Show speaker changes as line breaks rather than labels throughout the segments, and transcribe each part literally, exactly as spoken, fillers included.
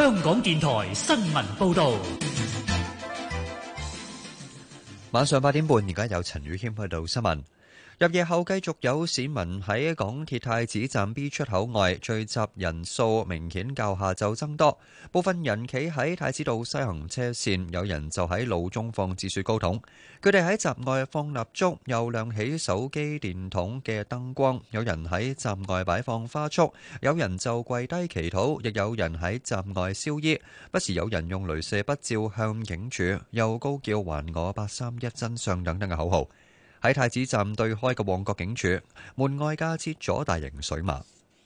香港電台新聞報道。
晚上八點半，而家有陳宇謙去到新聞。入夜後繼續有市民喺港鐵太子站 B 出口外聚集，人數明顯較下晝增多。部分人企喺太子道西行車線，有人就喺路中放止雪糕筒。佢哋喺閘外放蠟燭，又亮起手機電筒嘅燈光。有人喺閘外擺放花束，有人就跪低祈禱，亦有人喺閘外燒衣。不時有人用雷射筆照向警署，又高叫還我八三一真相等等嘅口號。喺太子站對開嘅旺角警署門外架設咗大型水馬。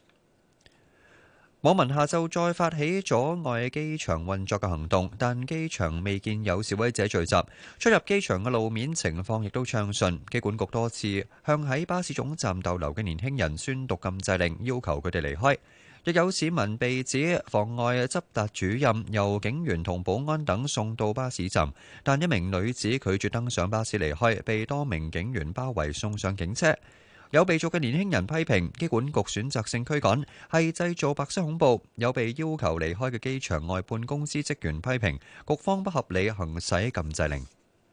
網民下晝再發起阻礙機場運作嘅行動，但機場未見有示威者聚集，出入機場嘅路面情況亦都暢順。機管局多次向喺巴士總站逗留嘅年輕人宣讀禁制令，要求佢哋離開。亦有市民被指妨礙執達主任，由警員同保安等送到巴士站，但一名女子拒絕登上巴士離開，被多名警員包圍送上警車。有被逐嘅年輕人批評機管局選擇性驅趕係製造白色恐怖。有被要求離開嘅機場外判公司職員批評局方不合理行使禁制令。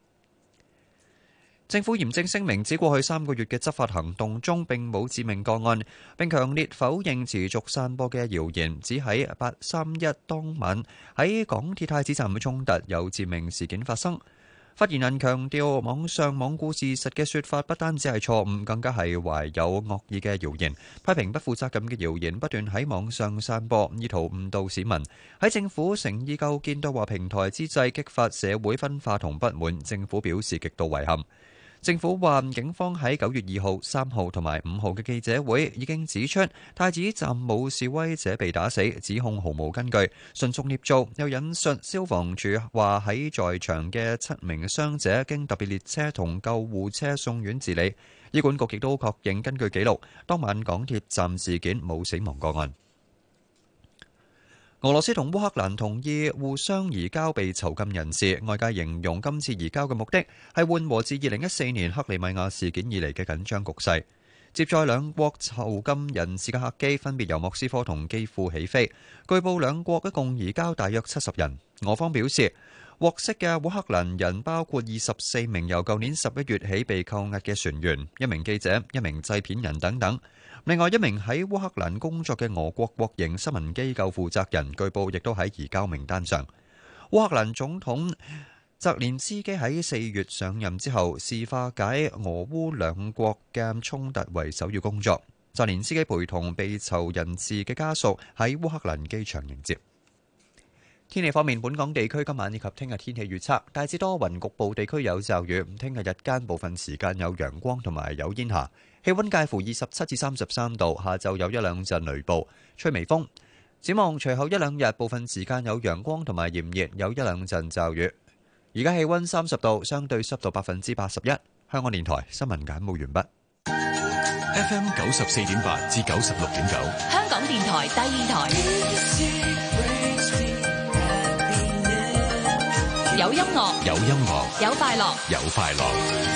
政府嚴正聲明，指過去三個月嘅執法行動中並冇致命個案，並強烈否認持續散播嘅謠言，指喺八三一當晚喺港鐵太子站嘅衝突有致命事件發生。發言人強調，網上罔顧事實嘅說法不單止係錯誤，更加係懷有惡意嘅謠言，批評不負責任嘅謠言不斷喺網上散播，意圖誤導市民。喺政府誠意構建對話平台之際，激發社會分化同不滿，政府表示極度遺憾。政府話，警方喺九月二號、三號同埋五號嘅記者會已經指出，太子站冇示威者被打死，指控毫無根據，純屬捏造。又引述消防處話，喺在場嘅七名傷者經特別列車同救護車送院治理。醫管局亦都確認，根據記錄，當晚港鐵站事件冇死亡個案。俄羅斯同烏克蘭同意互相移交被囚禁人士，外界形容今次移交嘅目的係緩和自二零一四年克里米亞事件以嚟嘅緊張局勢。接載兩國囚禁人士嘅客機分別由莫斯科同基輔起飛，據報兩國一共移交大約七十人。俄方表示，獲釋嘅烏克蘭人包括二十四名由舊年十一月起被扣押嘅船員、一名記者、一名製片人等等。另外一名喺烏克蘭工作嘅俄國國營新聞機構負責人，據報亦都喺移交名單上。烏克蘭總統澤連斯基喺四月上任之後，視化解俄烏兩國嘅衝突為首要工作。澤連斯基陪同被囚人士嘅家屬喺烏克蘭機場迎接。天氣方面，本港地區今晚以及聽日天氣預測大致多雲，局部地區有驟雨。聽日日間部分時間有陽光同埋有煙霞，氣溫介乎二十七至三十三度。下晝有一兩陣雷暴，吹微風。展望隨後一兩日，部分時間有陽光同埋炎熱，有一兩陣驟雨。而家氣溫三十度，相對濕度百分之八十一。香港電台新聞簡報完畢。
F M 九十四點八至九十六點九，
香港電台第二台。有音樂，
有音樂，
有快樂，
有快樂。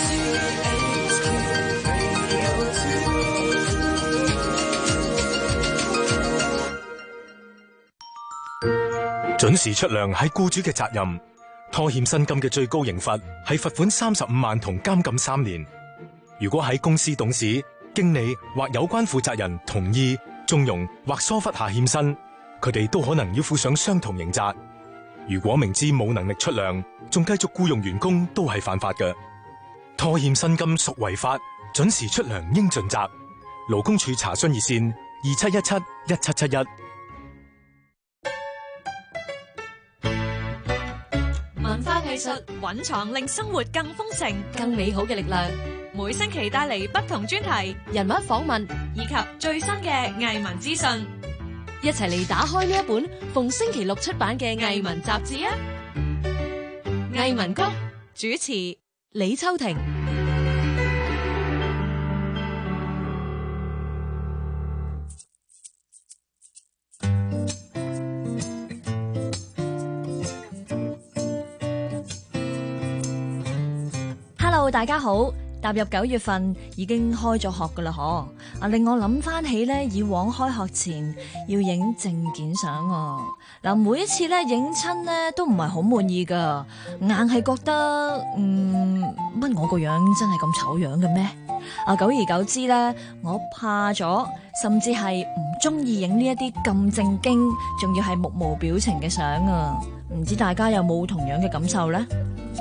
準時出糧係僱主嘅責任，拖欠薪金嘅最高刑罰係罰款三十五萬同監禁三年。如果喺公司董事、經理或有關負責人同意、縱容或疏忽下欠薪，佢哋都可能要負上相同刑責。如果明知冇能力出糧，仲繼續僱用員工，都係犯法嘅。拖欠薪金屬違法，準時出糧應盡責。勞工處查詢熱線二七一七一七七一。
文化藝術蘊藏令生活更豐盛、更美好嘅力量。每星期帶嚟不同專題、人物訪問以及最新嘅藝文資訊。
一齊嚟打開呢一本逢星期六出版嘅藝文雜誌啊！藝文谷
主持
李秋婷。
Hello， 大家好。踏入九月份已經開咗學噶啦，嗬！ 啊，令我諗翻起咧，以往開學前要影證件相啊。嗱，每一次咧影親咧都唔係好滿意噶，硬係覺得嗯乜我個樣真係咁醜樣嘅咩？啊，久而久之咧，我怕咗，甚至係唔中意影呢一啲咁正經，仲要係目無表情嘅相啊。唔知大家有冇同樣嘅感受呢？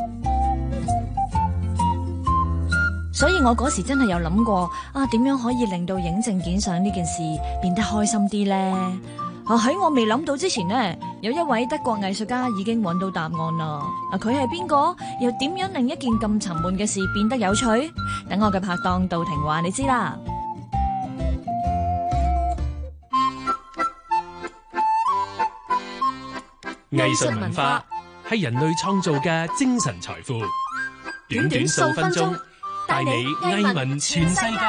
所以我嗰時真係有諗過啊，點樣可以令到影證件相呢件事變得開心啲呢？啊，喺我未諗到之前呢，有一位德國藝術家已經揾到答案啦。啊，佢係邊個？又點樣令一件咁沉悶嘅事變得有趣？等我嘅拍檔杜婷話你知啦。
藝術文化係人類創造嘅精神財富。短短數分鐘，帶你藝聞全世界。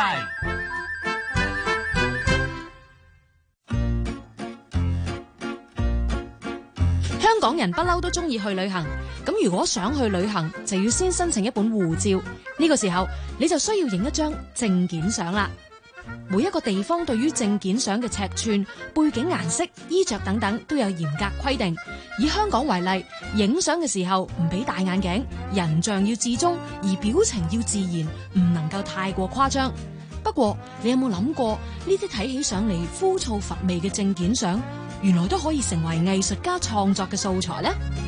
香港人不嬲都中意去旅行，咁如果想去旅行，就要先申請一本護照。呢個時候，你就需要影一張證件相啦。每一個地方對於證件相嘅尺寸、背景顏色、衣着等等都有嚴格規定。以香港為例，影相嘅時候唔俾戴眼鏡，人像要至中，而表情要自然，唔能夠太過誇張。不過，你有冇諗過呢啲睇起上嚟枯燥乏味嘅證件相，原來都可以成為藝術家創作嘅素材呢？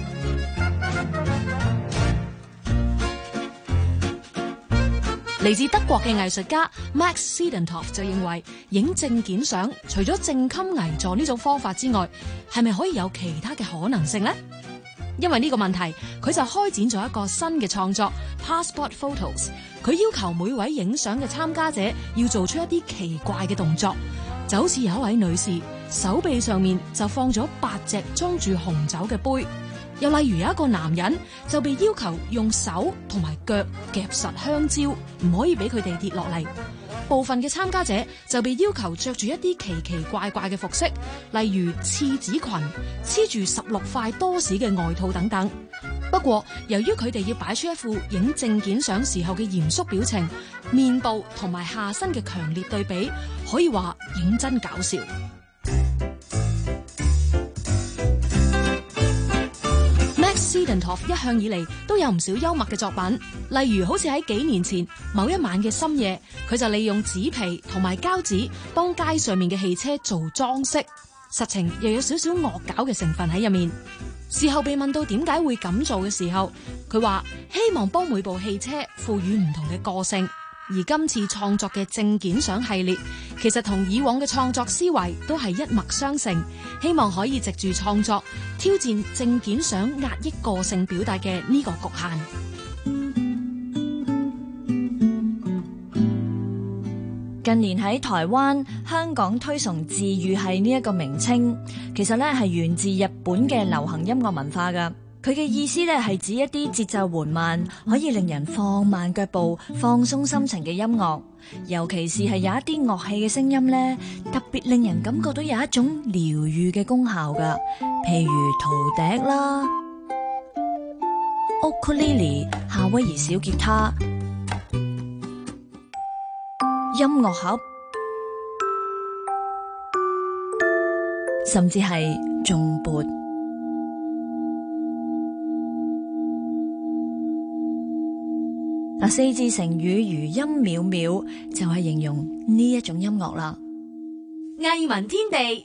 嚟自德國嘅藝術家 Max Siedentopf 就認為，影證件相除咗正襟危坐呢種方法之外，係咪可以有其他嘅可能性呢？因為呢個問題，佢就開展咗一個新嘅創作 Passport Photos。佢要求每位影相嘅參加者要做出一啲奇怪嘅動作，就好似有一位女士手臂上面就放咗八隻裝住紅酒嘅杯。又例如有一個男人就被要求用手同埋腳夾實香蕉，唔可以俾佢哋跌落嚟。部分嘅參加者就被要求着住一啲奇奇怪怪嘅服飾，例如廁紙裙、黐住十六塊多士嘅外套等等。不過，由於佢哋要擺出一副影證件相時候嘅嚴肅表情，面部同埋下身嘅強烈對比，可以話認真搞笑。Siedentopf 一向以嚟都有唔少幽默嘅作品，例如好似喺幾年前某一晚嘅深夜，佢就利用紙皮同埋膠紙幫街上面嘅汽車做裝飾，實情又有少少惡搞嘅成分喺入面。事後被問到點解會咁做嘅時候，佢話希望幫每部汽車賦予唔同嘅個性。而今次創作嘅證件相系列，其實同以往嘅創作思維都係一脈相承，希望可以藉住創作挑戰證件相壓抑個性表達嘅呢個局限。
近年喺台灣、香港推崇治癒系呢一個名稱，其實咧係源自日本嘅流行音樂文化噶。佢嘅意思咧係指一啲節奏緩慢，可以令人放慢腳步、放鬆心情嘅音樂，尤其是係有一啲樂器嘅聲音咧，特別令人感覺到有一種療愈嘅功效噶，譬如陶笛啦、ukulele、夏威夷小吉他、音樂盒，甚至係頌缽。嗱，四字成語餘音渺渺就係形容呢一種音樂啦。
藝文天地，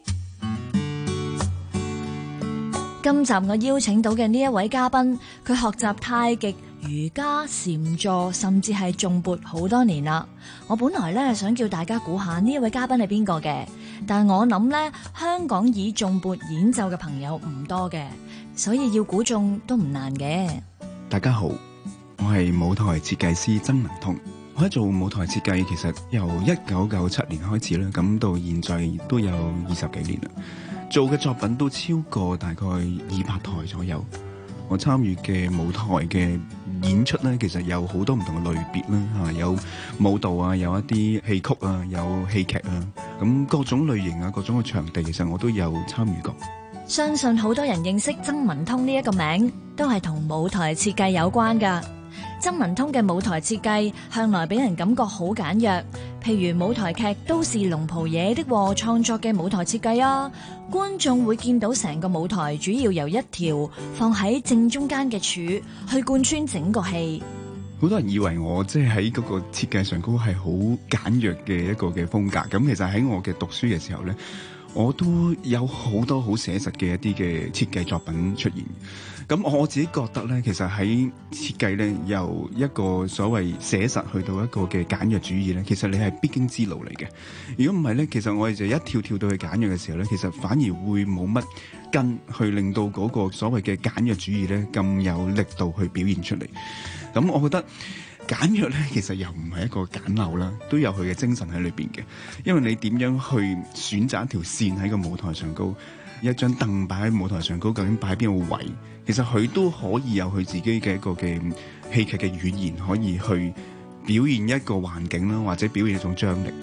今集我邀請到嘅呢一位嘉賓，佢學習太極、瑜伽、禪坐，甚至係頌缽好多年啦。我本來咧想叫大家估下呢一位嘉賓係邊個嘅，但我諗咧香港以頌缽演奏嘅朋友唔多嘅，所以要估中都唔難嘅。
大家好。我係舞台設計師曾文通，我喺做舞台設計，其實由一九九七年開始啦，咁到現在都有二十幾年啦。做嘅作品都超過大概二百台左右。我參與嘅舞台嘅演出咧，其實有好多唔同嘅類別啦，嚇有舞蹈啊，有一啲戲曲啊，有戲劇啊，咁各種類型啊，各種嘅場地，其實我都有參與過。
相信好多人認識曾文通呢一個名，都係同舞台設計有關㗎。曾文通嘅舞台設計向來俾人感覺好簡約， 譬如舞台劇《都是龍袍惹的禍》創作嘅舞台設計啊，觀眾會見到成個舞台主要由一條放喺正中間嘅柱去貫穿整個戲。
好多人以為我即係喺嗰個設計上高係好簡約嘅一個嘅風格，咁其實喺我嘅讀書嘅時候呢，我都有好多好寫實嘅一啲嘅設計作品出現。咁我自己覺得呢，其實喺設計呢，由一個所謂寫實去到一個嘅簡約主義呢，其實你係必經之路嚟嘅。如果唔係呢，其實我哋就一跳跳到去簡約嘅時候呢，其實反而會冇乜根去令到嗰個所謂嘅簡約主義呢咁有力度去表現出嚟。咁我覺得簡約呢，其實又唔係一個簡陋啦，都有佢嘅精神喺裏邊嘅。因為你點樣去選擇一條線喺個舞台上高，一張凳擺喺舞台上高，究竟擺喺邊個位？其實佢都可以有佢自己嘅一個嘅戲劇嘅語言，可以去表現一個環境啦，或者表現一種張力。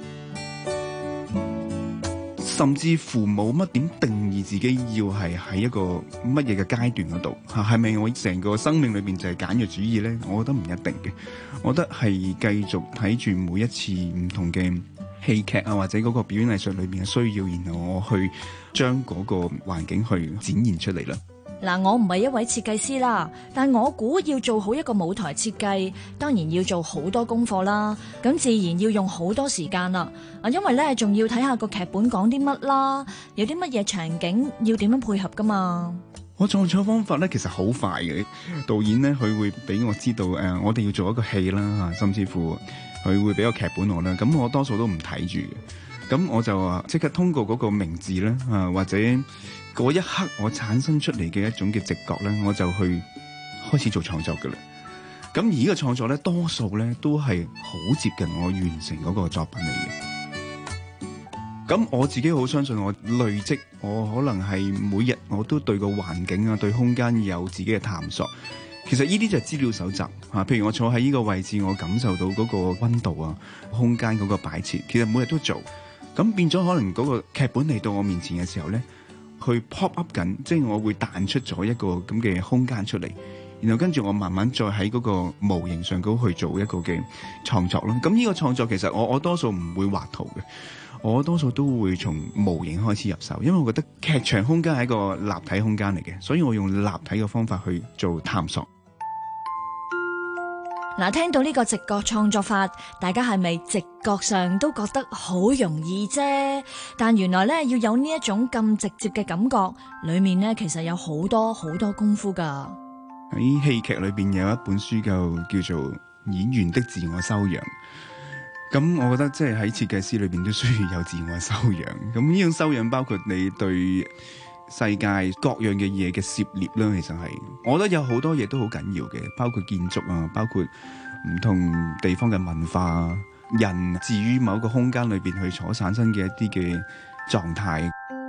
甚至乎冇乜點定義自己要係喺一個乜嘢嘅階段嗰度嚇，係咪我成個生命裏邊就係簡約主義呢？我覺得唔一定嘅，我覺得係繼續睇住每一次唔同嘅戲劇啊，或者嗰個表演藝術裏邊嘅需要，然後我去將嗰個環境去展現出嚟啦。
嗱，我唔係一位設計師啦，但我估要做好一個舞台設計，當然要做好多功課啦，咁自然要用好多時間啦。啊，因為咧仲要睇下個劇本講啲乜啦，有啲乜嘢場景要點樣配合噶嘛。
我創作方法咧其實好快嘅，導演咧佢會俾我知道誒、呃，我哋要做一個戲啦，甚至乎佢會俾個劇本我啦，咁我多數都唔睇住嘅，咁我就話即刻通過嗰個名字咧啊，或者嗰一刻我產生出嚟嘅一種嘅直覺咧，我就去開始做創作㗎啦。咁而呢個創作咧，多數咧都係好接近我完成嗰個作品嚟嘅。咁我自己好相信我累積，我可能係每日我都對個環境啊、對空間有自己嘅探索。其實呢啲就係資料搜集啊。譬如我坐喺呢個位置，我感受到嗰個溫度啊、空間嗰個擺設，其實每日都做。咁變咗可能嗰個劇本嚟到我面前嘅時候咧，去 pop up 緊，即係我會彈出咗一個咁嘅空間出嚟，然後跟住我慢慢再喺嗰個模型上高去做一個嘅創作啦。咁呢個創作其實我我多數唔會畫圖嘅，我多數都會從模型開始入手，因為我覺得劇場空間係一個立體空間嚟嘅，所以我用立體嘅方法去做探索。
嗱，聽到呢個直覺創作法，大家係咪直覺上都覺得好容易啫？但原來咧要有呢一種咁直接嘅感覺，裏面咧其實有好多好多功夫噶。
喺戲劇裏邊有一本書就叫做《演員的自我修養》，咁我覺得即係喺設計師裏邊都需要有自我修養。咁呢種修養包括你對世界各樣嘅嘢嘅涉獵啦，其實係，我覺得有好多嘢都好緊要嘅，包括建築啊，包括唔同地方嘅文化啊，人至於某個空間裏邊去所產生嘅一啲嘅狀態。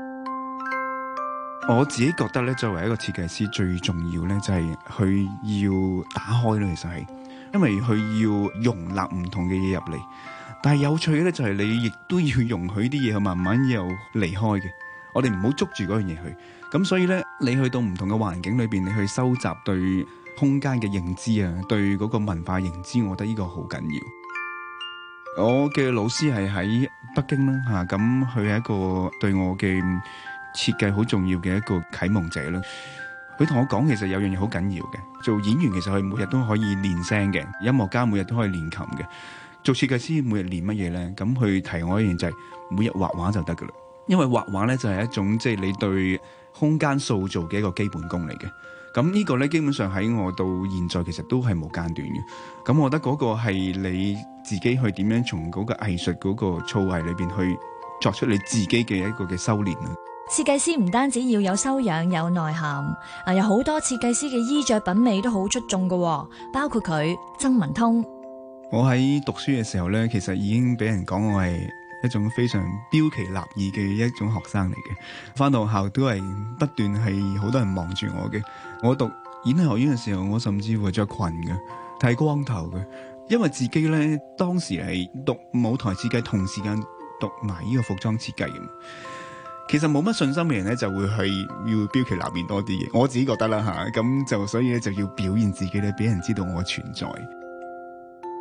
我自己覺得咧，作為一個設計師，最重要咧就係佢要打開咯，其實係，因為佢要容納唔同嘅嘢入嚟。但係有趣嘅咧就係你亦都要容許啲嘢去慢慢又離開嘅。我哋唔好捉住嗰樣嘢去，咁所以咧，你去到唔同嘅環境裏邊，你去收集對空間嘅認知啊，對嗰個文化認知，我覺得呢個好緊要。我嘅老師係喺北京啦，吓，咁佢係一個對我嘅設計好重要嘅一個啟蒙者啦。佢同我講，其實有樣嘢好緊要嘅，做演員其實佢每日都可以練聲嘅，音樂家每日都可以練琴嘅，做設計師每日練乜嘢咧？咁佢提我一樣就係每日畫畫就得噶啦。因為畫畫咧就係一種即係你對空間塑造嘅一個基本功嚟嘅，咁呢個咧基本上喺我到現在其實都係冇間斷嘅。咁我覺得嗰個係你自己去點樣從嗰個藝術嗰個造詣裏邊去作出你自己嘅一個嘅修煉啊。
設計師唔單止要有修養有內涵啊，有好多設計師嘅衣着品味都好出眾噶，包括佢曾文通。
我喺讀書嘅時候咧，其實已經俾人講我係一種非常標奇立異嘅一種學生嚟嘅，返到學校都係不斷係好多人望住我嘅。我讀演藝學院嘅時候，我甚至乎着裙嘅，剃光頭嘅，因為自己咧當時係讀舞台設計，同時間讀埋呢個服裝設計嘅。其實冇乜信心嘅人咧，就會係要標奇立異多啲嘢。我自己覺得啦吓，咁就所以咧就要表現自己咧，俾人知道我存在。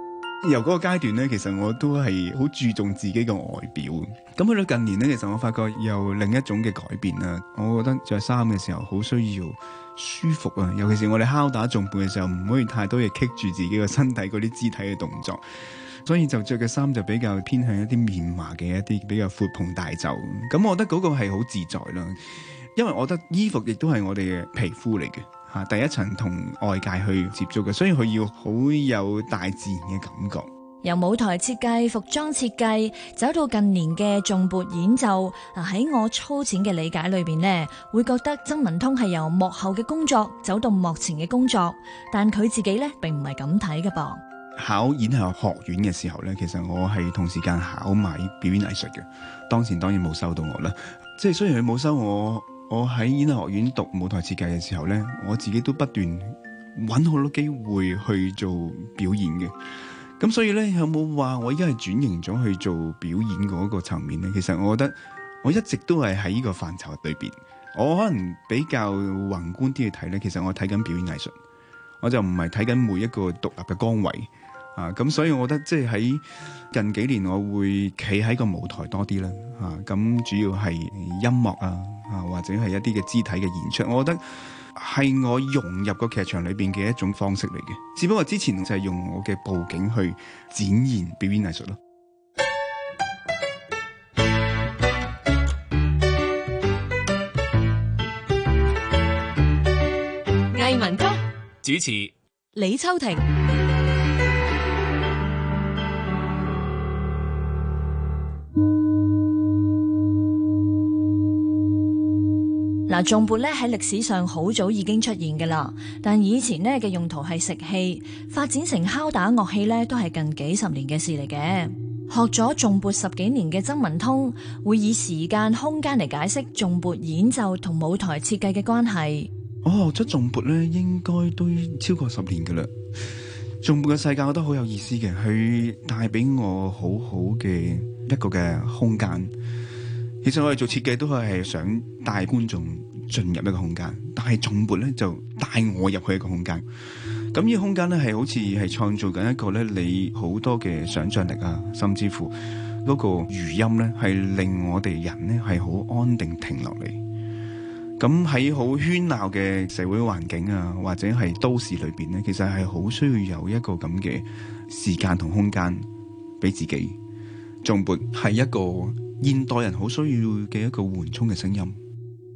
由嗰個階段咧，其實我都係好注重自己嘅外表。咁去到近年咧，其實我發覺有另一種嘅改變啦。我覺得着衫嘅時候好需要舒服啊，尤其是我哋敲打重撥嘅時候，唔可以太多嘢棘住自己個身體嗰啲肢體嘅動作。所以就着嘅衫就比較偏向一啲棉麻嘅一啲比較闊蓬大袖。咁我覺得嗰個係好自在啦，因為我覺得衣服亦都係我哋嘅皮膚嚟嘅。第一層同外界去接觸嘅，所以佢要好有大自然嘅感覺。
由舞台設計、服裝設計走到近年嘅重撥演奏，嗱喺我粗淺嘅理解裏邊呢，會覺得曾文通係由幕後嘅工作走到幕前嘅工作，但佢自己呢並唔係咁睇嘅噃。
考演藝學院嘅時候呢，其實我係同時間考埋表演藝術嘅，當時當然冇收到我啦。即係雖然佢冇收我。我喺演藝學院讀舞台設計嘅時候呢，我自己都不斷揾好多機會去做表演嘅。咁所以呢，有冇話我而家係轉型咗去做表演嗰個層面呢？其實我覺得我一直都係喺呢個範疇裏邊。我可能比較宏觀啲去睇呢，其實我睇緊表演藝術，我就唔係睇緊每一個獨立嘅崗位啊。咁所以我覺得即係喺近幾年，我會企喺個舞台多啲啦。啊，咁主要係音樂啊。啊，或者係一啲嘅肢體嘅演出，我覺得係我融入個劇場裏邊嘅一種方式嚟嘅。只不過之前就係用我嘅布景去展現表演藝術咯。
藝文谷
主持
李秋婷。
嗱，重撥咧喺歷史上好早已經出現㗎啦，但以前咧嘅用途係食氣，發展成敲打樂器咧都係近幾十年嘅事嚟嘅。學咗重撥十幾年嘅曾文通，會以時間空間嚟解釋重撥演奏同舞台設計嘅關係。
我學咗重撥咧，應該都超過十年㗎啦。重撥嘅世界我覺得好有意思嘅，佢帶俾我好好嘅一個嘅空間。其實我哋做設計都係想帶觀眾進入一個空間，但係重撥咧就帶我入去一個空間。咁呢個空間咧係好似係創造緊一個咧你好多嘅想像力啊，甚至乎嗰個餘音咧係令我哋人咧係好安定停落嚟。咁喺好喧鬧嘅社會環境啊，或者係都市裏邊咧，其實係好需要有一個咁嘅時間同空間俾自己。重撥係一個現代人好需要嘅一個緩衝嘅聲音。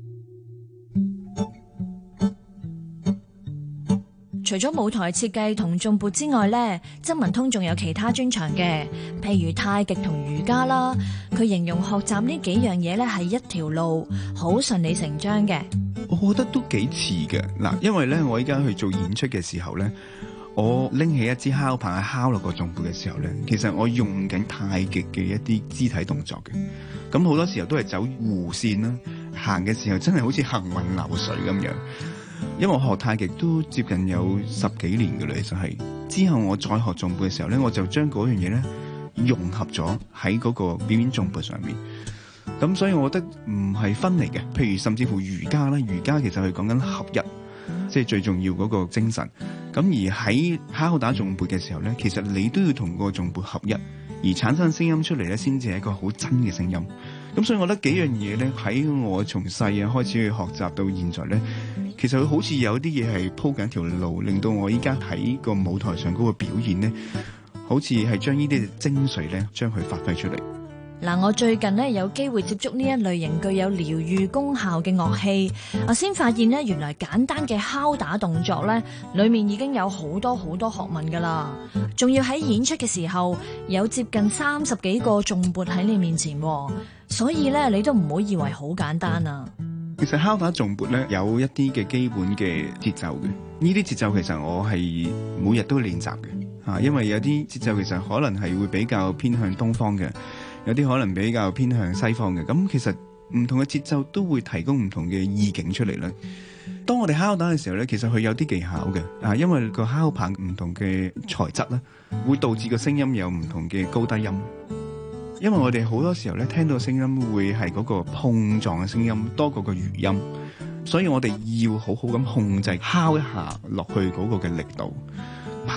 除咗舞台設計同重撥之外咧，曾文通仲有其他專長嘅，譬如太極同瑜伽啦。佢形容學習呢幾樣嘢咧係一條路，好順理成章嘅。
我覺得都幾似嘅嗱，因為咧我依家去做演出嘅時候咧，我拎起一支敲棒去敲落個重撥嘅時候咧，其實我用緊太極嘅一啲肢體動作嘅。咁好多時候都係走弧線啦，行嘅時候真係好似行雲流水咁樣。因為我學太極都接近有十幾年嘅啦，其實係之後我再學重撥嘅時候咧，我就將嗰樣嘢咧融合咗喺嗰個表演重撥上面。咁所以我覺得唔係分離嘅，譬如甚至乎瑜伽啦，瑜伽其實係講緊合一，即係最重要嗰個精神。咁而喺敲打重撥嘅時候咧，其實你都要同個重撥合一，而產生聲音出嚟咧，先至係一個好真嘅聲音。咁所以我覺得幾樣嘢咧，喺我從細啊開始去學習到現在咧，其實佢好似有啲嘢係鋪緊條路，令到我依家喺個舞台上嗰個表現咧，好似係將呢啲精髓咧，將佢發揮出嚟。
嗱，我最近咧有機會接觸呢一類型具有療愈功效嘅樂器，我先發現咧，原來簡單嘅敲打動作咧，裏面已經有好多好多學問噶啦，仲要喺演出嘅時候有接近三十幾個重撥喺你面前，所以咧你都唔好以為好簡單啊。
其實敲打重撥咧有一啲嘅基本嘅節奏嘅，呢啲節奏其實我係每日都練習嘅吓，因為有啲節奏其實可能係會比較偏向東方嘅。有啲可能比較偏向西方嘅，咁其實唔同嘅節奏都會提供唔同嘅意境出嚟啦。當我哋敲打嘅時候咧，其實佢有啲技巧嘅，啊，因為個敲棒唔同嘅材質咧，會導致個聲音有唔同嘅高低音。因為我哋好多時候咧聽到聲音會係嗰個碰撞嘅聲音多過個餘音，所以我哋要好好咁控制敲一下落去嗰個嘅力度。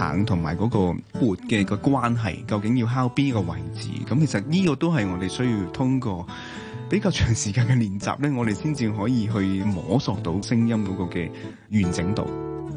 棒同埋嗰個缽嘅個關係，究竟要敲邊個位置？咁其實呢個都係我哋需要通過比較長時間嘅練習咧，我哋先至可以去摸索到聲音嗰個嘅完整度。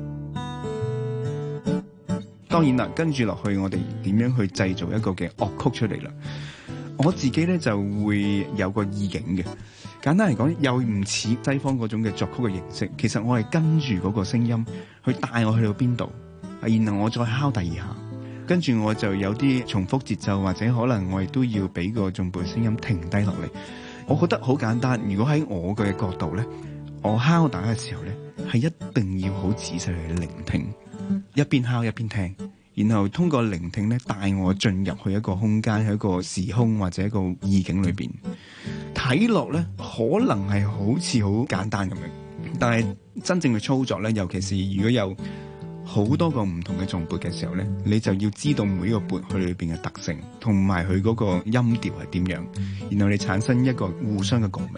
當然啦，跟住落去我哋點樣去製造一個嘅樂曲出嚟啦？我自己咧就會有個意境嘅。簡單嚟講，又唔似西方嗰種嘅作曲嘅形式。其實我係跟住嗰個聲音去帶我去到邊度，然後我再敲第二下，跟住我就有啲重複節奏，或者可能我亦都要俾個頌缽聲音停低落嚟。我覺得好簡單。如果喺我嘅角度咧，我敲打嘅時候咧，係一定要好仔細去聆聽，一邊敲一邊聽，然後通過聆聽咧，帶我進入去一個空間，喺一個時空或者一個意境裏邊。睇落咧，可能係好似好簡單咁樣，但係真正嘅操作咧，尤其是如果有好多個唔同嘅頌缽嘅時候咧，你就要知道每一個缽佢裏邊嘅特性，同埋佢嗰個音調係點樣，然後你產生一個互相嘅共鳴。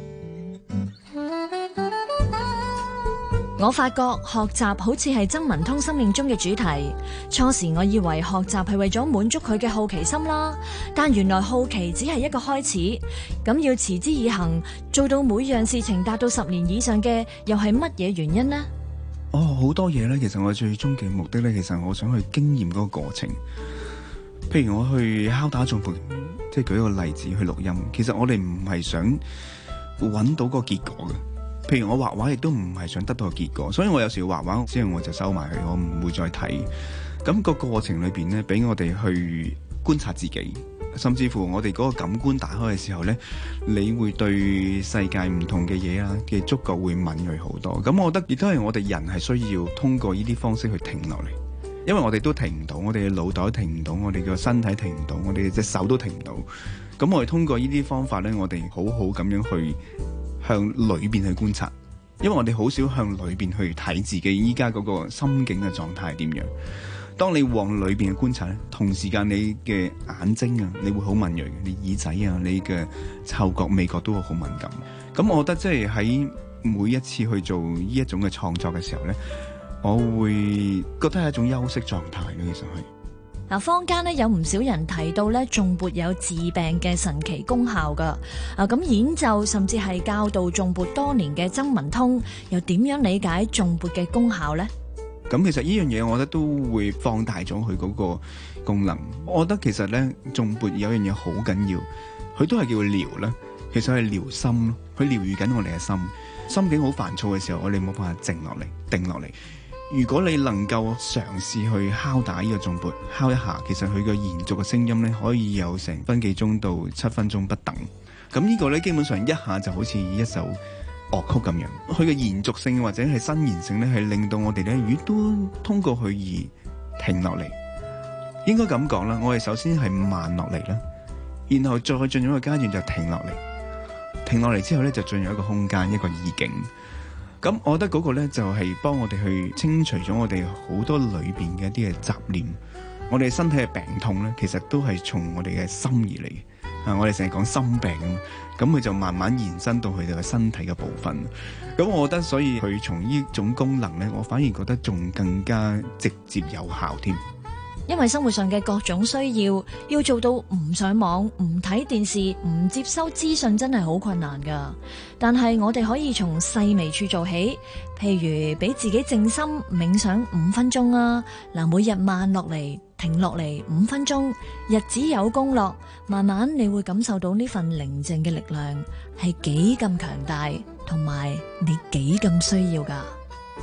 我發覺學習好似係曾文通生命中嘅主題。初時我以為學習係為咗滿足佢嘅好奇心啦，但原來好奇只係一個開始。咁要持之以恆，做到每樣事情達到十年以上嘅，又係乜嘢原因呢？
哦，好多嘢咧。其實我最終嘅目的咧，其實我想去經驗嗰個過程。譬如我去敲打頌缽，即係舉一個例子去錄音。其實我哋唔係想揾到個結果嘅。譬如我畫畫亦都唔係想得到個結果，所以我有時畫畫之後我就收埋佢，我唔會再睇。咁個過程裏邊咧，俾我哋去觀察自己，甚至乎我哋嗰個感官打開嘅時候咧，你會對世界唔同嘅嘢啊嘅觸覺會敏銳好多。咁我覺得亦都係我哋人係需要通過呢啲方式去停落嚟，因為我哋都停唔到，我哋嘅腦袋停唔到，我哋嘅身體停唔到，我哋嘅隻手都停唔到。咁我哋通過呢啲方法咧，我哋好好咁樣去向裏邊去觀察，因為我哋好少向裏邊去睇自己依家嗰個心境嘅狀態係點樣。當你往裏邊去觀察咧，同時間你嘅眼睛啊，你會好敏銳，你耳仔啊，你嘅嗅覺味覺都會好敏感。咁我覺得即係喺每一次去做呢一種嘅創作嘅時候咧，我會覺得係一種休息狀態嘅。其實係
嗱，坊間咧有唔少人提到咧，頌缽有治病嘅神奇功效噶。啊，咁演奏甚至係教導頌缽多年嘅曾文通，又點樣理解頌缽嘅功效呢？
咁其實呢樣嘢，我覺得都會放大咗佢嗰個功能。我覺得其實咧，頌缽有樣嘢好緊要，佢都係叫療啦。其實係療心咯，佢療愈緊我哋嘅心。心境好煩躁嘅時候，我哋冇辦法靜落嚟，定落嚟。如果你能夠嘗試去敲打呢個頌缽，敲一下，其實佢嘅延續嘅聲音咧，可以有成分幾鐘到七分鐘不等。咁呢個咧，基本上一下就好似一首樂曲咁樣。佢嘅延續性或者係伸延性咧，係令到我哋咧，如果都通過佢而停落嚟。應該咁講啦，我哋首先係慢落嚟啦，然後再進入一個階段就停落嚟。停落嚟之後咧，就進入一個空間，一個意境。咁我覺得嗰個咧就係幫我哋去清除咗我哋好多裏邊嘅一啲嘅雜念，我哋身體嘅病痛咧，其實都係從我哋嘅心而嚟嘅。啊，我哋成日講心病咁，咁佢就慢慢延伸到佢哋嘅身體嘅部分。咁我覺得，所以佢從呢種功能咧，我反而覺得仲更加直接有效添。
因為生活上嘅各種需要，要做到唔上網、唔睇電視、唔接收資訊，真係好困難噶。但係我哋可以從細微處做起，譬如俾自己靜心冥想五分鐘啊。嗱，每日慢落嚟，停落嚟五分鐘，日子有功樂，慢慢你會感受到呢份寧靜嘅力量係幾咁強大，同埋你幾咁需要噶。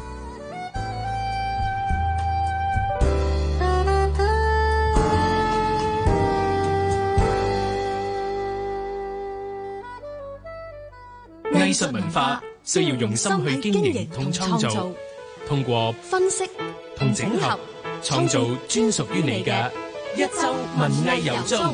藝術文化需要用心去經營同創造，通過
分析
同整合，創造專屬於你嘅一周文藝遊蹤。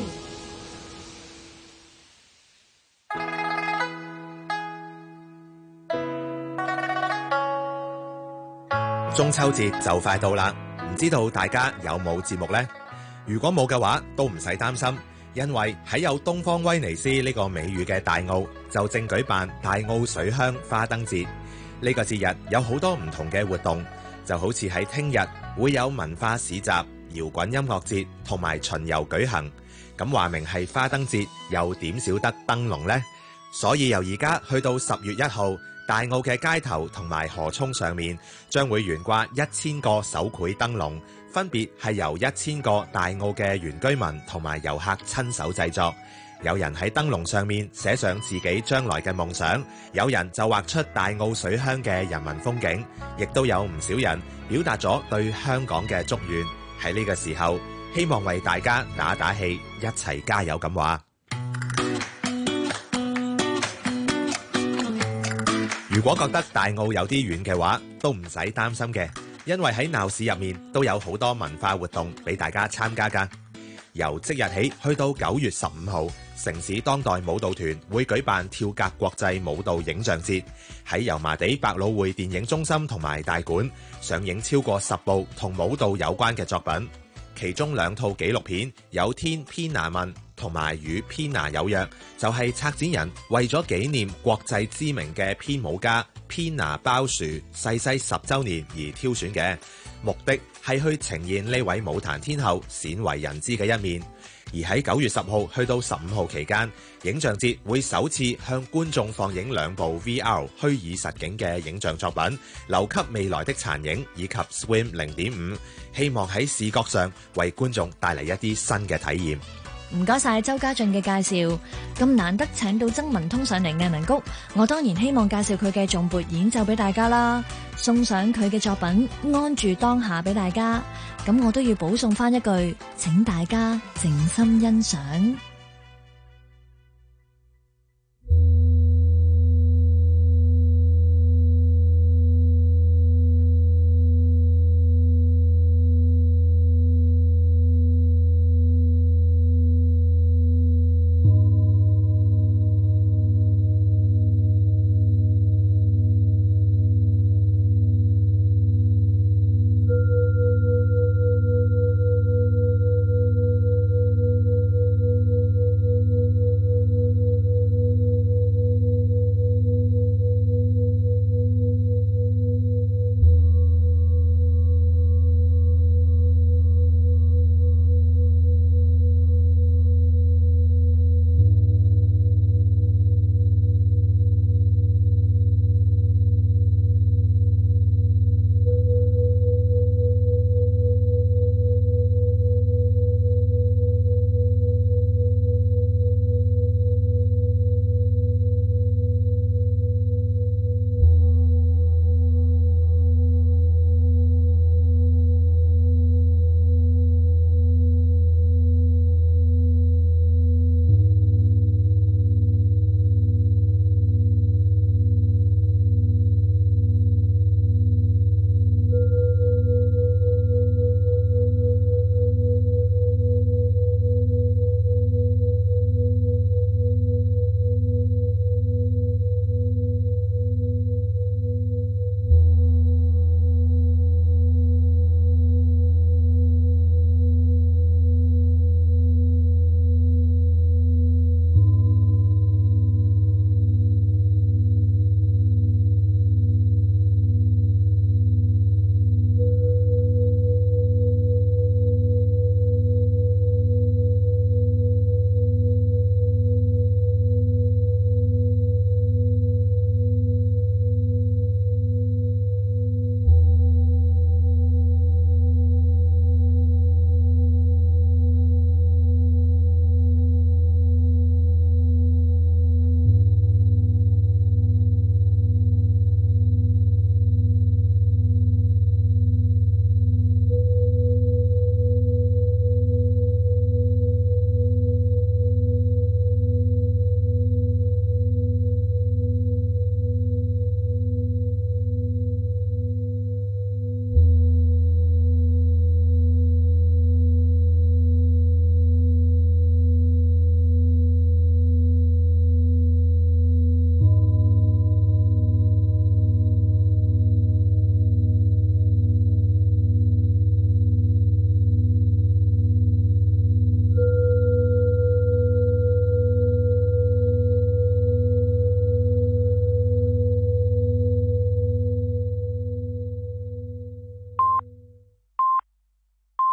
中秋節就快到啦，唔知道大家有冇節目呢？如果冇嘅話，都唔使擔心。因為喺有東方威尼斯呢個美譽嘅大澳，就正舉辦大澳水鄉花燈節。呢個節日有好多唔同嘅活動，就好似喺聽日會有文化市集、搖滾音樂節同埋巡遊舉行。咁話明係花燈節，又點少得燈籠呢？所以由而家去到十月一號，大澳嘅街頭同埋河涌上面將會懸掛一千個手繪燈籠，分別係由一千個大澳嘅原居民同埋遊客親手製作。有人喺燈籠上面寫上自己將來嘅夢想，有人就畫出大澳水鄉嘅人文風景，亦都有唔少人表達咗對香港嘅祝願。喺呢個時候，希望為大家打打氣，一齊加油咁話。如果覺得大澳有啲遠嘅話，都唔使擔心嘅，因為喺鬧市入面都有好多文化活動俾大家參加㗎。由即日起去到九月十五號，城市當代舞蹈團會舉辦跳格國際舞蹈影像節，喺油麻地百老匯電影中心同埋大館上映超過十部同舞蹈有關嘅作品。其中兩套紀錄片有《天編拿問》同埋《與編拿有約》，就係策展人為咗紀念國際知名嘅編舞家編拿包殊逝世十週年而挑選嘅，目的係去呈現呢位舞壇天后鮮為人知嘅一面。而喺九月十號去到十五號期間，影像節會首次向觀眾放映兩部 V R 虛擬實境嘅影像作品《留給未來的殘影》以及 Swim 零點五，希望喺視覺上為觀眾帶嚟一啲新嘅體驗。
唔該晒周家俊嘅介紹，咁難得請到曾文通上嚟藝文谷，我當然希望介紹佢嘅頌缽演奏俾大家啦，送上佢嘅作品《安住當下》俾大家。咁我都要補送翻一句，請大家靜心欣賞。